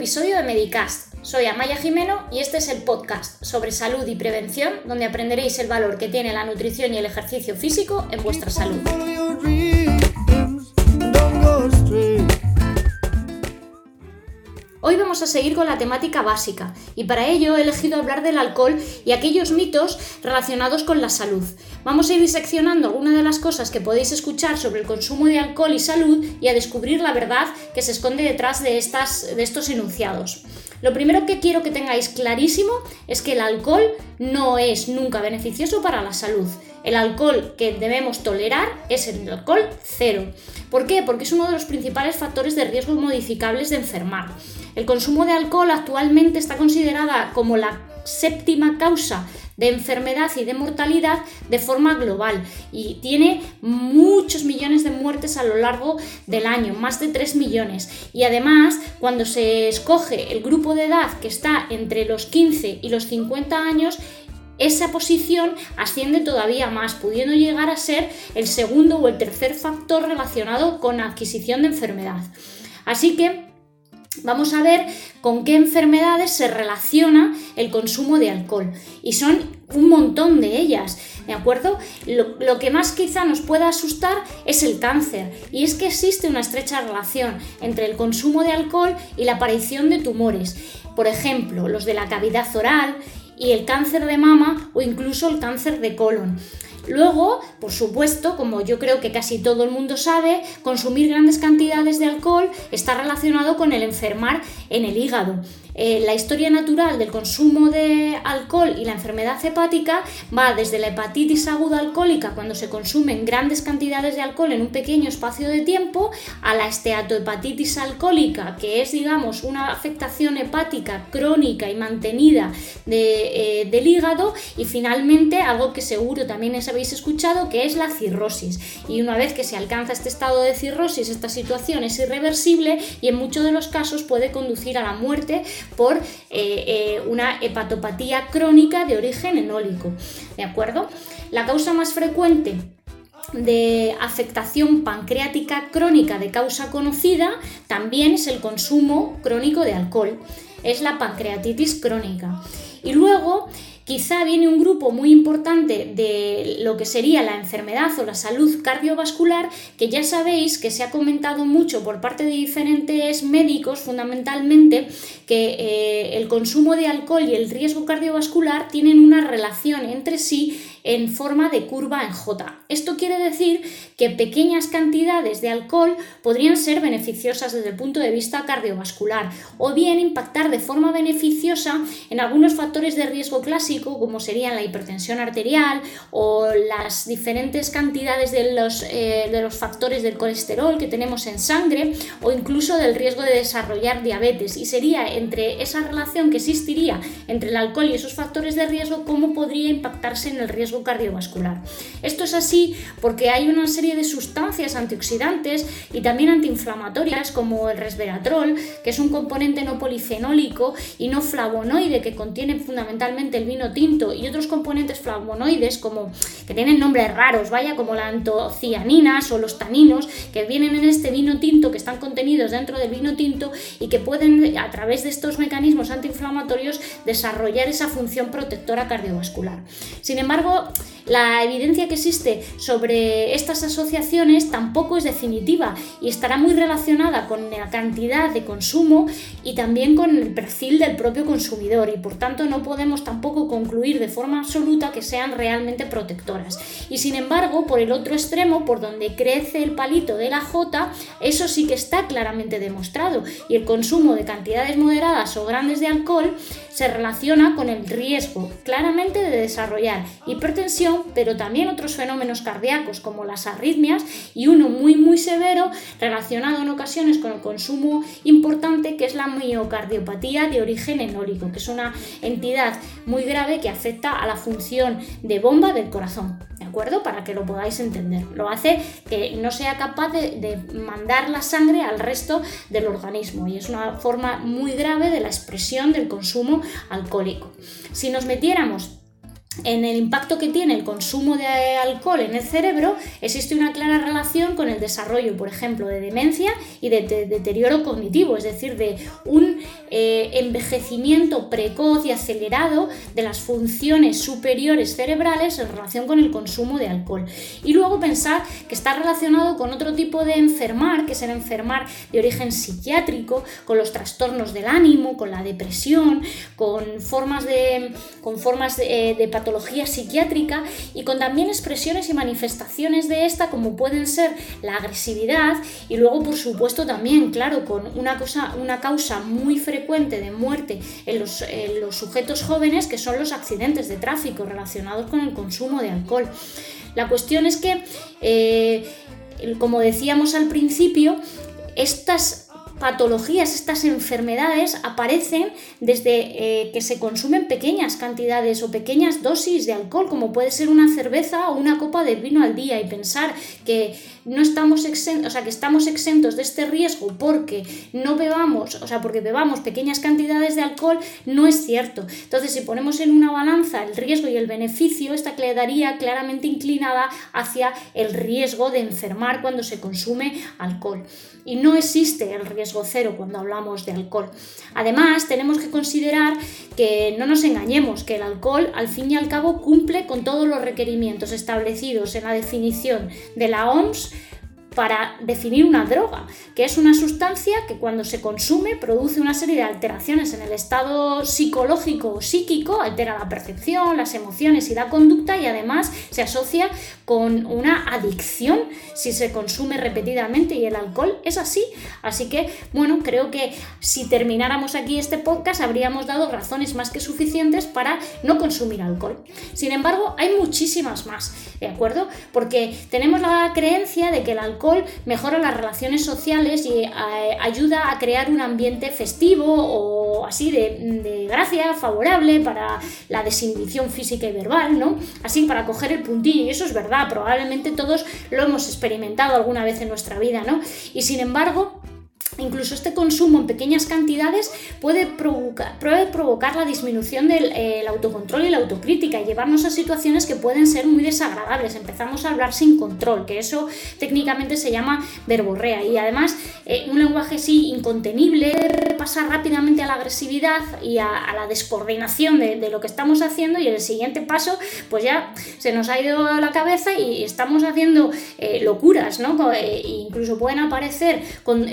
episodio de Medicast. Soy Amaya Jimeno y este es el podcast sobre salud y prevención, donde aprenderéis el valor que tiene la nutrición y el ejercicio físico en vuestra salud. Hoy vamos a seguir con la temática básica y para ello he elegido hablar del alcohol y aquellos mitos relacionados con la salud. Vamos a ir diseccionando algunas de las cosas que podéis escuchar sobre el consumo de alcohol y salud y a descubrir la verdad que se esconde detrás de estos enunciados. Lo primero que quiero que tengáis clarísimo es que el alcohol no es nunca beneficioso para la salud. El alcohol que debemos tolerar es el alcohol cero. ¿Por qué? Porque es uno de los principales factores de riesgo modificables de enfermar. El consumo de alcohol actualmente está considerada como la séptima causa de enfermedad y de mortalidad de forma global y tiene muchos millones de muertes a lo largo del año, más de 3 millones. Y además, cuando se escoge el grupo de edad que está entre los 15 y los 50 años, esa posición asciende todavía más, pudiendo llegar a ser el segundo o el tercer factor relacionado con la adquisición de enfermedad. Así que vamos a ver con qué enfermedades se relaciona el consumo de alcohol. Y son un montón de ellas, ¿de acuerdo? Lo que más quizá nos pueda asustar es el cáncer. Y es que existe una estrecha relación entre el consumo de alcohol y la aparición de tumores. Por ejemplo, los de la cavidad oral y el cáncer de mama o incluso el cáncer de colon. Luego, por supuesto, como yo creo que casi todo el mundo sabe, consumir grandes cantidades de alcohol está relacionado con el enfermar en el hígado. La historia natural del consumo de alcohol y la enfermedad hepática va desde la hepatitis aguda alcohólica, cuando se consumen grandes cantidades de alcohol en un pequeño espacio de tiempo, a la esteatohepatitis alcohólica, que es, digamos, una afectación hepática crónica y mantenida del hígado, y finalmente algo que seguro también habéis escuchado, que es la cirrosis. Y una vez que se alcanza este estado de cirrosis, esta situación es irreversible y en muchos de los casos puede conducir a la muerte por una hepatopatía crónica de origen enólico, ¿de acuerdo? La causa más frecuente de afectación pancreática crónica de causa conocida también es el consumo crónico de alcohol, es la pancreatitis crónica. Y luego quizá viene un grupo muy importante de lo que sería la enfermedad o la salud cardiovascular, que ya sabéis que se ha comentado mucho por parte de diferentes médicos, fundamentalmente, que el consumo de alcohol y el riesgo cardiovascular tienen una relación entre sí en forma de curva en J. Esto quiere decir que pequeñas cantidades de alcohol podrían ser beneficiosas desde el punto de vista cardiovascular o bien impactar de forma beneficiosa en algunos factores de riesgo clásico, como serían la hipertensión arterial o las diferentes cantidades de los factores del colesterol que tenemos en sangre, o incluso del riesgo de desarrollar diabetes. Y sería entre esa relación que existiría entre el alcohol y esos factores de riesgo cómo podría impactarse en el riesgo cardiovascular. Esto es así porque hay una serie de sustancias antioxidantes y también antiinflamatorias, como el resveratrol, que es un componente no polifenólico y no flavonoide que contiene fundamentalmente el vino tinto, y otros componentes flavonoides como que tienen nombres raros, como la antocianinas o los taninos, que vienen en este vino tinto, que están contenidos dentro del vino tinto y que pueden, a través de estos mecanismos antiinflamatorios, desarrollar esa función protectora cardiovascular. Sin embargo, la evidencia que existe sobre estas asociaciones tampoco es definitiva y estará muy relacionada con la cantidad de consumo y también con el perfil del propio consumidor, y por tanto no podemos tampoco concluir de forma absoluta que sean realmente protectoras. Y sin embargo, por el otro extremo, por donde crece el palito de la J, eso sí que está claramente demostrado, y el consumo de cantidades moderadas o grandes de alcohol se relaciona con el riesgo claramente de desarrollar hipertensión, pero también otros fenómenos cardíacos como las arritmias, y uno muy severo relacionado en ocasiones con el consumo importante, que es la miocardiopatía de origen enólico, que es una entidad muy grave que afecta a la función de bomba del corazón, ¿de acuerdo? Para que lo podáis entender. Lo hace que no sea capaz de mandar la sangre al resto del organismo, y es una forma muy grave de la expresión del consumo alcohólico. Si nos metiéramos en el impacto que tiene el consumo de alcohol en el cerebro, existe una clara relación con el desarrollo, por ejemplo, de demencia y de deterioro cognitivo, es decir, de un envejecimiento precoz y acelerado de las funciones superiores cerebrales en relación con el consumo de alcohol. Y luego pensar que está relacionado con otro tipo de enfermar, que es el enfermar de origen psiquiátrico, con los trastornos del ánimo, con la depresión, con formas de patología psiquiátrica y con también expresiones y manifestaciones de esta, como pueden ser la agresividad, y luego por supuesto también, claro, con una causa muy frecuente de muerte en los sujetos jóvenes, que son los accidentes de tráfico relacionados con el consumo de alcohol. La cuestión es que, como decíamos al principio, estas patologías, estas enfermedades aparecen desde que se consumen pequeñas cantidades o pequeñas dosis de alcohol, como puede ser una cerveza o una copa de vino al día, y pensar que no estamos exentos, que estamos exentos de este riesgo porque no bebamos, porque bebamos pequeñas cantidades de alcohol, no es cierto. Entonces, si ponemos en una balanza el riesgo y el beneficio, esta quedaría claramente inclinada hacia el riesgo de enfermar cuando se consume alcohol. Y no existe el riesgo cero cuando hablamos de alcohol. Además, tenemos que considerar que, no nos engañemos, que el alcohol al fin y al cabo cumple con todos los requerimientos establecidos en la definición de la OMS para definir una droga, que es una sustancia que cuando se consume produce una serie de alteraciones en el estado psicológico o psíquico, altera la percepción, las emociones y la conducta, y además se asocia con una adicción si se consume repetidamente, y el alcohol es así. Así que, bueno, creo que si termináramos aquí este podcast habríamos dado razones más que suficientes para no consumir alcohol. Sin embargo, hay muchísimas más, ¿de acuerdo? Porque tenemos la creencia de que el alcohol mejora las relaciones sociales y ayuda a crear un ambiente festivo o así de gracia, favorable para la desinhibición física y verbal, ¿no? Así, para coger el puntillo, y eso es verdad, probablemente todos lo hemos experimentado alguna vez en nuestra vida, ¿no? Y sin embargo, incluso este consumo en pequeñas cantidades puede provocar la disminución del autocontrol y la autocrítica, y llevarnos a situaciones que pueden ser muy desagradables. Empezamos a hablar sin control, que eso técnicamente se llama verborrea, y además un lenguaje así incontenible, pasar rápidamente a la agresividad y a la descoordinación de lo que estamos haciendo, y el siguiente paso pues ya se nos ha ido a la cabeza y estamos haciendo locuras, ¿no? Incluso pueden aparecer con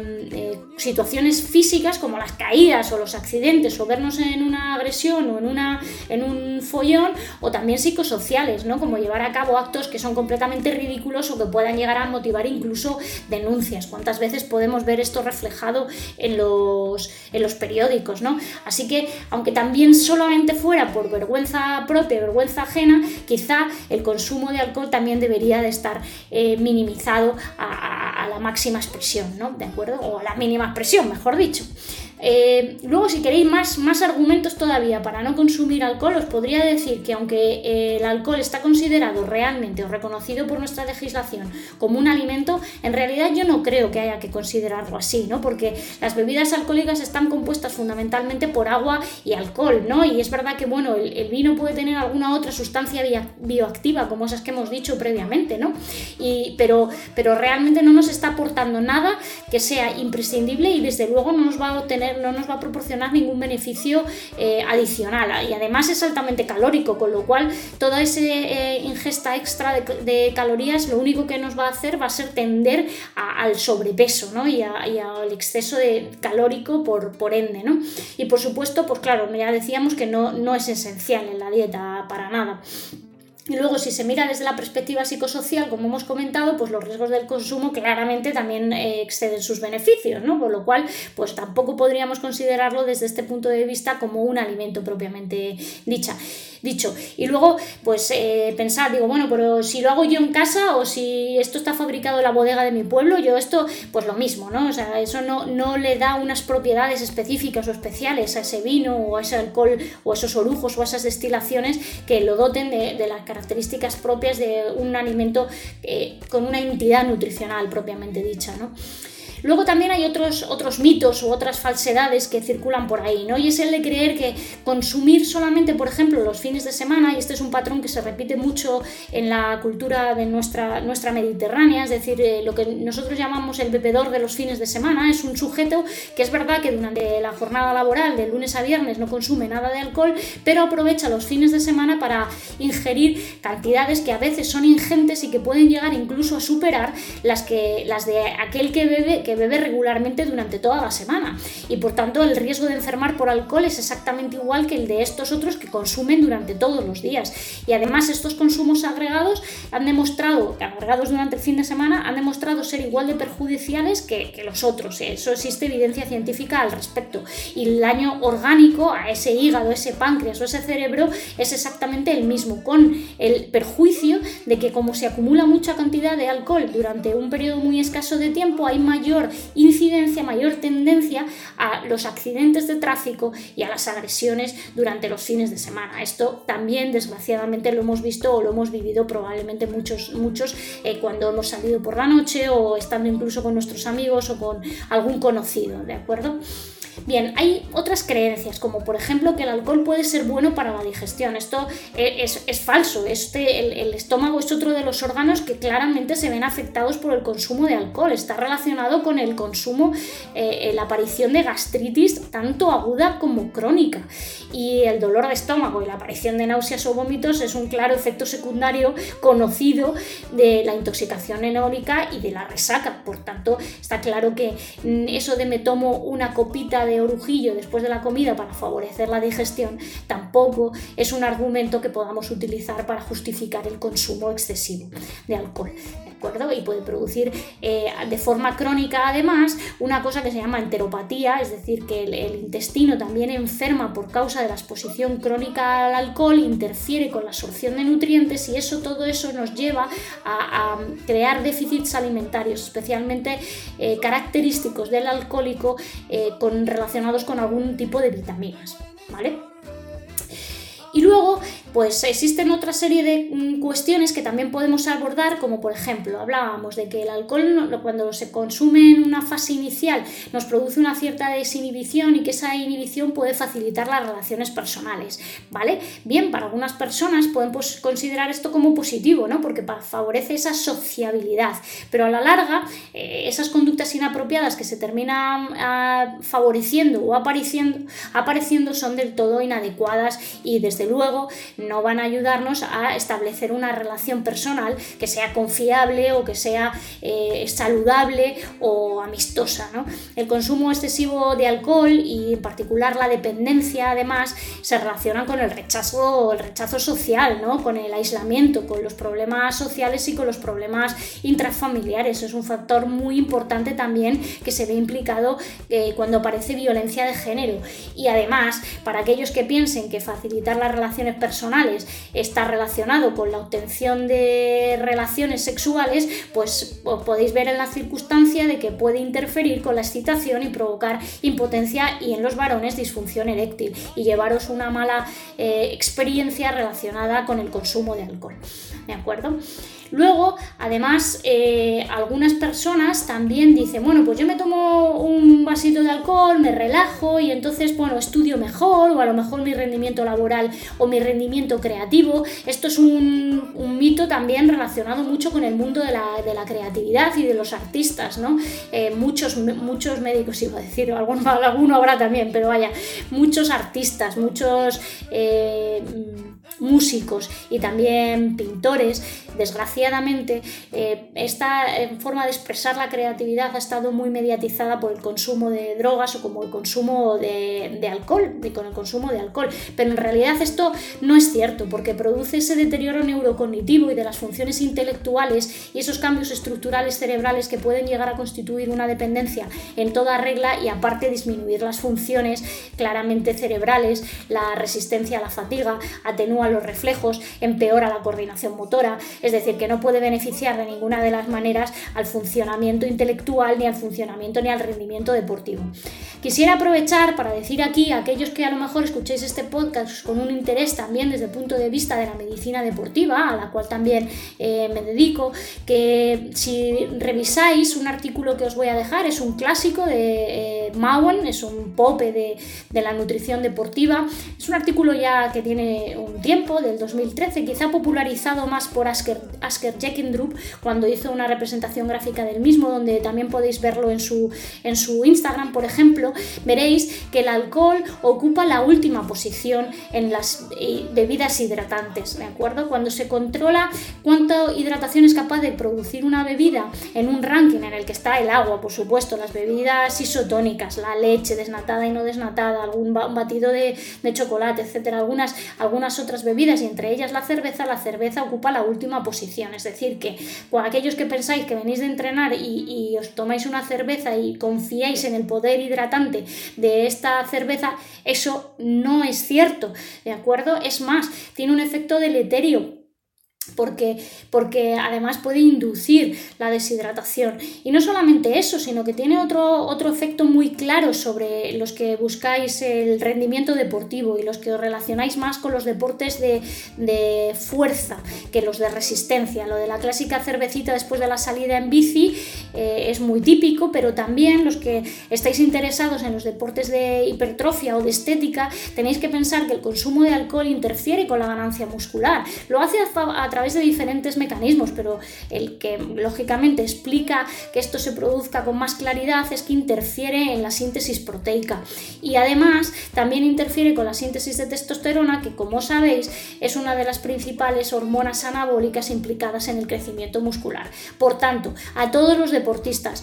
situaciones físicas como las caídas o los accidentes, o vernos en una agresión o en un follón, o también psicosociales, ¿no? Como llevar a cabo actos que son completamente ridículos o que puedan llegar a motivar incluso denuncias. ¿Cuántas veces podemos ver esto reflejado en los periódicos, ¿no? Así que, aunque también solamente fuera por vergüenza propia, vergüenza ajena, quizá el consumo de alcohol también debería de estar minimizado a la máxima expresión, ¿no? ¿De acuerdo? O a la mínima expresión, mejor dicho. Luego, si queréis más argumentos todavía para no consumir alcohol, os podría decir que aunque el alcohol está considerado realmente o reconocido por nuestra legislación como un alimento, en realidad yo no creo que haya que considerarlo así, ¿no? Porque las bebidas alcohólicas están compuestas fundamentalmente por agua y alcohol, ¿no? Y es verdad que, bueno, el vino puede tener alguna otra sustancia bioactiva, como esas que hemos dicho previamente, ¿no? Pero realmente no nos está aportando nada que sea imprescindible, y desde luego no nos va a proporcionar ningún beneficio adicional, y además es altamente calórico, con lo cual toda esa ingesta extra de calorías lo único que nos va a hacer va a ser tender al sobrepeso, ¿no? y al exceso de calórico por ende, ¿no? Y por supuesto, pues claro, ya decíamos que no es esencial en la dieta para nada. Y luego, si se mira desde la perspectiva psicosocial, como hemos comentado, pues los riesgos del consumo claramente también exceden sus beneficios, ¿no? Por lo cual, pues tampoco podríamos considerarlo desde este punto de vista como un alimento propiamente dicho. Y luego, pues pensar, digo, bueno, pero si lo hago yo en casa o si esto está fabricado en la bodega de mi pueblo, yo esto, pues lo mismo, ¿no? O sea, eso no le da unas propiedades específicas o especiales a ese vino o a ese alcohol o a esos orujos o a esas destilaciones que lo doten de las características propias de un alimento con una entidad nutricional propiamente dicha, ¿no? Luego también hay otros mitos u otras falsedades que circulan por ahí, ¿no? Y es el de creer que consumir solamente, por ejemplo, los fines de semana, y este es un patrón que se repite mucho en la cultura de nuestra mediterránea, es decir, lo que nosotros llamamos el bebedor de los fines de semana, es un sujeto que es verdad que durante la jornada laboral de lunes a viernes no consume nada de alcohol, pero aprovecha los fines de semana para ingerir cantidades que a veces son ingentes y que pueden llegar incluso a superar las de aquel que bebe regularmente durante toda la semana, y por tanto el riesgo de enfermar por alcohol es exactamente igual que el de estos otros que consumen durante todos los días. Y además estos consumos agregados durante el fin de semana han demostrado ser igual de perjudiciales que los otros. Eso existe evidencia científica al respecto, y el daño orgánico a ese hígado, ese páncreas o ese cerebro es exactamente el mismo, con el perjuicio de que como se acumula mucha cantidad de alcohol durante un periodo muy escaso de tiempo, hay mayor incidencia, mayor tendencia a los accidentes de tráfico y a las agresiones durante los fines de semana. Esto también desgraciadamente lo hemos visto o lo hemos vivido probablemente muchos cuando hemos salido por la noche o estando incluso con nuestros amigos o con algún conocido, ¿de acuerdo? Bien, hay otras creencias, como por ejemplo que el alcohol puede ser bueno para la digestión. Esto es falso. El estómago es otro de los órganos que claramente se ven afectados por el consumo de alcohol. Está relacionado con el consumo, la aparición de gastritis tanto aguda como crónica. Y el dolor de estómago y la aparición de náuseas o vómitos es un claro efecto secundario conocido de la intoxicación enólica y de la resaca. Por tanto, está claro que eso de me tomo una copita de orujillo después de la comida para favorecer la digestión tampoco es un argumento que podamos utilizar para justificar el consumo excesivo de alcohol, ¿de acuerdo? Y puede producir de forma crónica además una cosa que se llama enteropatía, es decir, que el intestino también enferma por causa de la exposición crónica al alcohol, interfiere con la absorción de nutrientes y todo eso nos lleva a crear déficits alimentarios, especialmente característicos del alcohólico relacionados con algún tipo de vitaminas, ¿vale? Y luego, pues existen otra serie de cuestiones que también podemos abordar, como por ejemplo, hablábamos de que el alcohol cuando se consume en una fase inicial nos produce una cierta desinhibición y que esa inhibición puede facilitar las relaciones personales, ¿vale? Bien, para algunas personas pueden considerar esto como positivo, ¿no? Porque favorece esa sociabilidad, pero a la larga esas conductas inapropiadas que se terminan favoreciendo o apareciendo son del todo inadecuadas y desde luego no van a ayudarnos a establecer una relación personal que sea confiable o que sea saludable o amistosa, ¿no? El consumo excesivo de alcohol y en particular la dependencia además se relacionan con el rechazo social, ¿no? Con el aislamiento, con los problemas sociales y con los problemas intrafamiliares. Es un factor muy importante también que se ve implicado cuando aparece violencia de género. Y además, para aquellos que piensen que facilitar las relaciones personales está relacionado con la obtención de relaciones sexuales, pues os podéis ver en la circunstancia de que puede interferir con la excitación y provocar impotencia y en los varones disfunción eréctil y llevaros una mala experiencia relacionada con el consumo de alcohol, ¿de acuerdo? Luego, además, algunas personas también dicen, bueno, pues yo me tomo un vasito de alcohol, me relajo y entonces, bueno, estudio mejor o a lo mejor mi rendimiento laboral o mi rendimiento creativo. Esto es un mito también relacionado mucho con el mundo de la creatividad y de los artistas, ¿no? Muchos médicos, iba a decir, alguno habrá también, pero vaya, muchos artistas, muchos músicos y también pintores, desgraciadamente, esta forma de expresar la creatividad ha estado muy mediatizada por el consumo de drogas o como el consumo de alcohol, con el consumo de alcohol, pero en realidad esto no es cierto porque produce ese deterioro neurocognitivo y de las funciones intelectuales y esos cambios estructurales cerebrales que pueden llegar a constituir una dependencia en toda regla y aparte disminuir las funciones claramente cerebrales, la resistencia a la fatiga, atenúa los los reflejos, empeora la coordinación motora, es decir, que no puede beneficiar de ninguna de las maneras al funcionamiento intelectual, ni al funcionamiento ni al rendimiento deportivo. Quisiera aprovechar para decir aquí a aquellos que a lo mejor escuchéis este podcast con un interés también desde el punto de vista de la medicina deportiva, a la cual también me dedico, que si revisáis un artículo que os voy a dejar, es un clásico de Mowen, es un pope de la nutrición deportiva, es un artículo ya que tiene un tiempo, del 2013, quizá popularizado más por Asker Jeckendrup cuando hizo una representación gráfica del mismo, donde también podéis verlo en su Instagram, por ejemplo. Veréis que el alcohol ocupa la última posición en las bebidas hidratantes, ¿de acuerdo? Cuando se controla cuánta hidratación es capaz de producir una bebida en un ranking en el que está el agua, por supuesto, las bebidas isotónicas, la leche desnatada y no desnatada, algún batido de chocolate, etcétera, algunas otras bebidas, y entre ellas la cerveza ocupa la última posición. Es decir, que con aquellos que pensáis que venís de entrenar y os tomáis una cerveza y confiáis en el poder hidratante de esta cerveza, eso no es cierto, ¿de acuerdo? Es más, tiene un efecto deleterio, porque además puede inducir la deshidratación. Y no solamente eso, sino que tiene otro efecto muy claro sobre los que buscáis el rendimiento deportivo y los que os relacionáis más con los deportes de fuerza que los de resistencia. Lo de la clásica cervecita después de la salida en bici es muy típico, pero también los que estáis interesados en los deportes de hipertrofia o de estética, tenéis que pensar que el consumo de alcohol interfiere con la ganancia muscular. Lo hace a través de diferentes mecanismos, pero el que lógicamente explica que esto se produzca con más claridad es que interfiere en la síntesis proteica, y además también interfiere con la síntesis de testosterona, que, como sabéis, es una de las principales hormonas anabólicas implicadas en el crecimiento muscular. Por tanto, a todos los deportistas,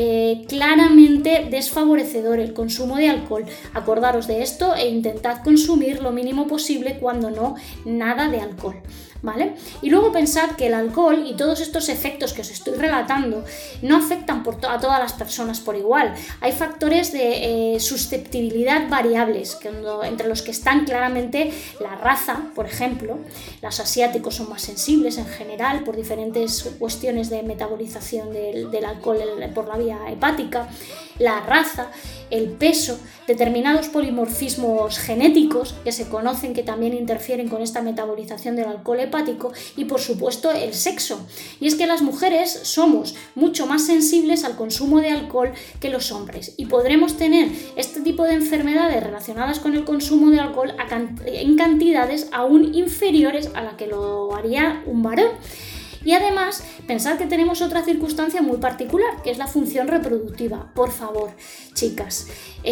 claramente desfavorecedor el consumo de alcohol. Acordaros de esto e intentad consumir lo mínimo posible, cuando no, nada de alcohol, ¿vale? Y luego pensad que el alcohol y todos estos efectos que os estoy relatando no afectan a todas las personas por igual. Hay factores de susceptibilidad variables, entre los que están claramente la raza, por ejemplo. Los asiáticos son más sensibles en general por diferentes cuestiones de metabolización del alcohol por la vía hepática, la raza, el peso, determinados polimorfismos genéticos que se conocen que también interfieren con esta metabolización del alcohol hepático, y por supuesto el sexo. Y es que las mujeres somos mucho más sensibles al consumo de alcohol que los hombres, y podremos tener este tipo de enfermedades relacionadas con el consumo de alcohol en cantidades aún inferiores a la que lo haría un varón. Y además, pensad que tenemos otra circunstancia muy particular, que es la función reproductiva. Por favor, chicas,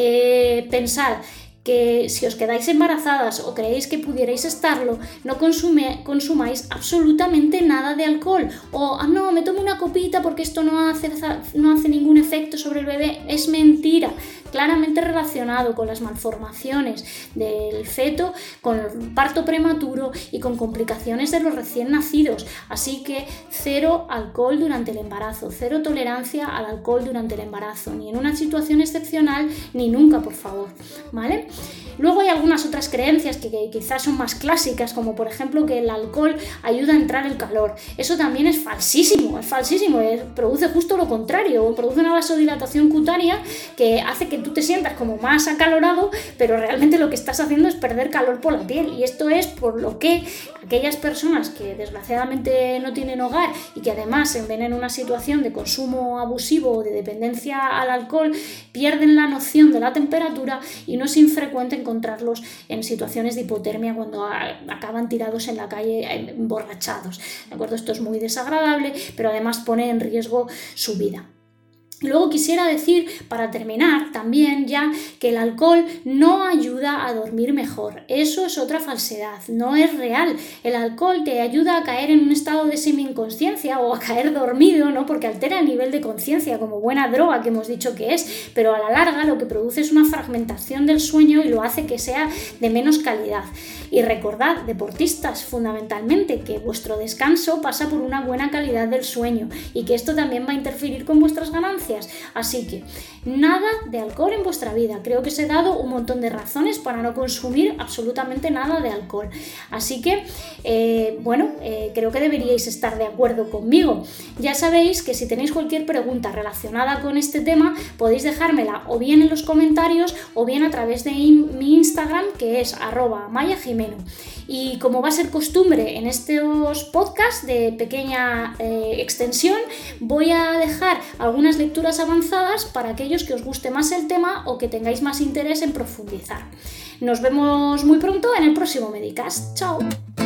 pensad que si os quedáis embarazadas o creéis que pudierais estarlo, no consumáis absolutamente nada de alcohol. O, no, me tomo una copita porque esto no hace ningún efecto sobre el bebé. Es mentira. Claramente relacionado con las malformaciones del feto, con el parto prematuro y con complicaciones de los recién nacidos. Así que cero alcohol durante el embarazo, cero tolerancia al alcohol durante el embarazo, ni en una situación excepcional ni nunca, por favor, ¿vale? Luego hay algunas otras creencias que quizás son más clásicas, como por ejemplo que el alcohol ayuda a entrar el calor. Eso también es falsísimo, produce justo lo contrario, produce una vasodilatación cutánea que hace que tú te sientas como más acalorado, pero realmente lo que estás haciendo es perder calor por la piel, y esto es por lo que aquellas personas que desgraciadamente no tienen hogar y que además se ven en una situación de consumo abusivo o de dependencia al alcohol, pierden la noción de la temperatura, y no es infrecuente encontrarlos en situaciones de hipotermia cuando acaban tirados en la calle emborrachados, ¿de acuerdo? Esto es muy desagradable, pero además pone en riesgo su vida. Luego quisiera decir, para terminar también ya, que el alcohol no ayuda a dormir mejor. Eso es otra falsedad, no es real. El alcohol te ayuda a caer en un estado de semi-inconsciencia o a caer dormido, ¿no? Porque altera el nivel de conciencia, como buena droga que hemos dicho que es, pero a la larga lo que produce es una fragmentación del sueño y lo hace que sea de menos calidad. Y recordad, deportistas, fundamentalmente, que vuestro descanso pasa por una buena calidad del sueño y que esto también va a interferir con vuestras ganancias. sustancias. Así que nada de alcohol en vuestra vida. Creo que os he dado un montón de razones para no consumir absolutamente nada de alcohol. Así que, creo que deberíais estar de acuerdo conmigo. Ya sabéis que si tenéis cualquier pregunta relacionada con este tema, podéis dejármela o bien en los comentarios o bien a través de mi Instagram, que es @mayajimeno. Y como va a ser costumbre en estos podcasts de pequeña extensión, voy a dejar algunas lecturas avanzadas para aquellos que os guste más el tema o que tengáis más interés en profundizar. Nos vemos muy pronto en el próximo Medicast. ¡Chao!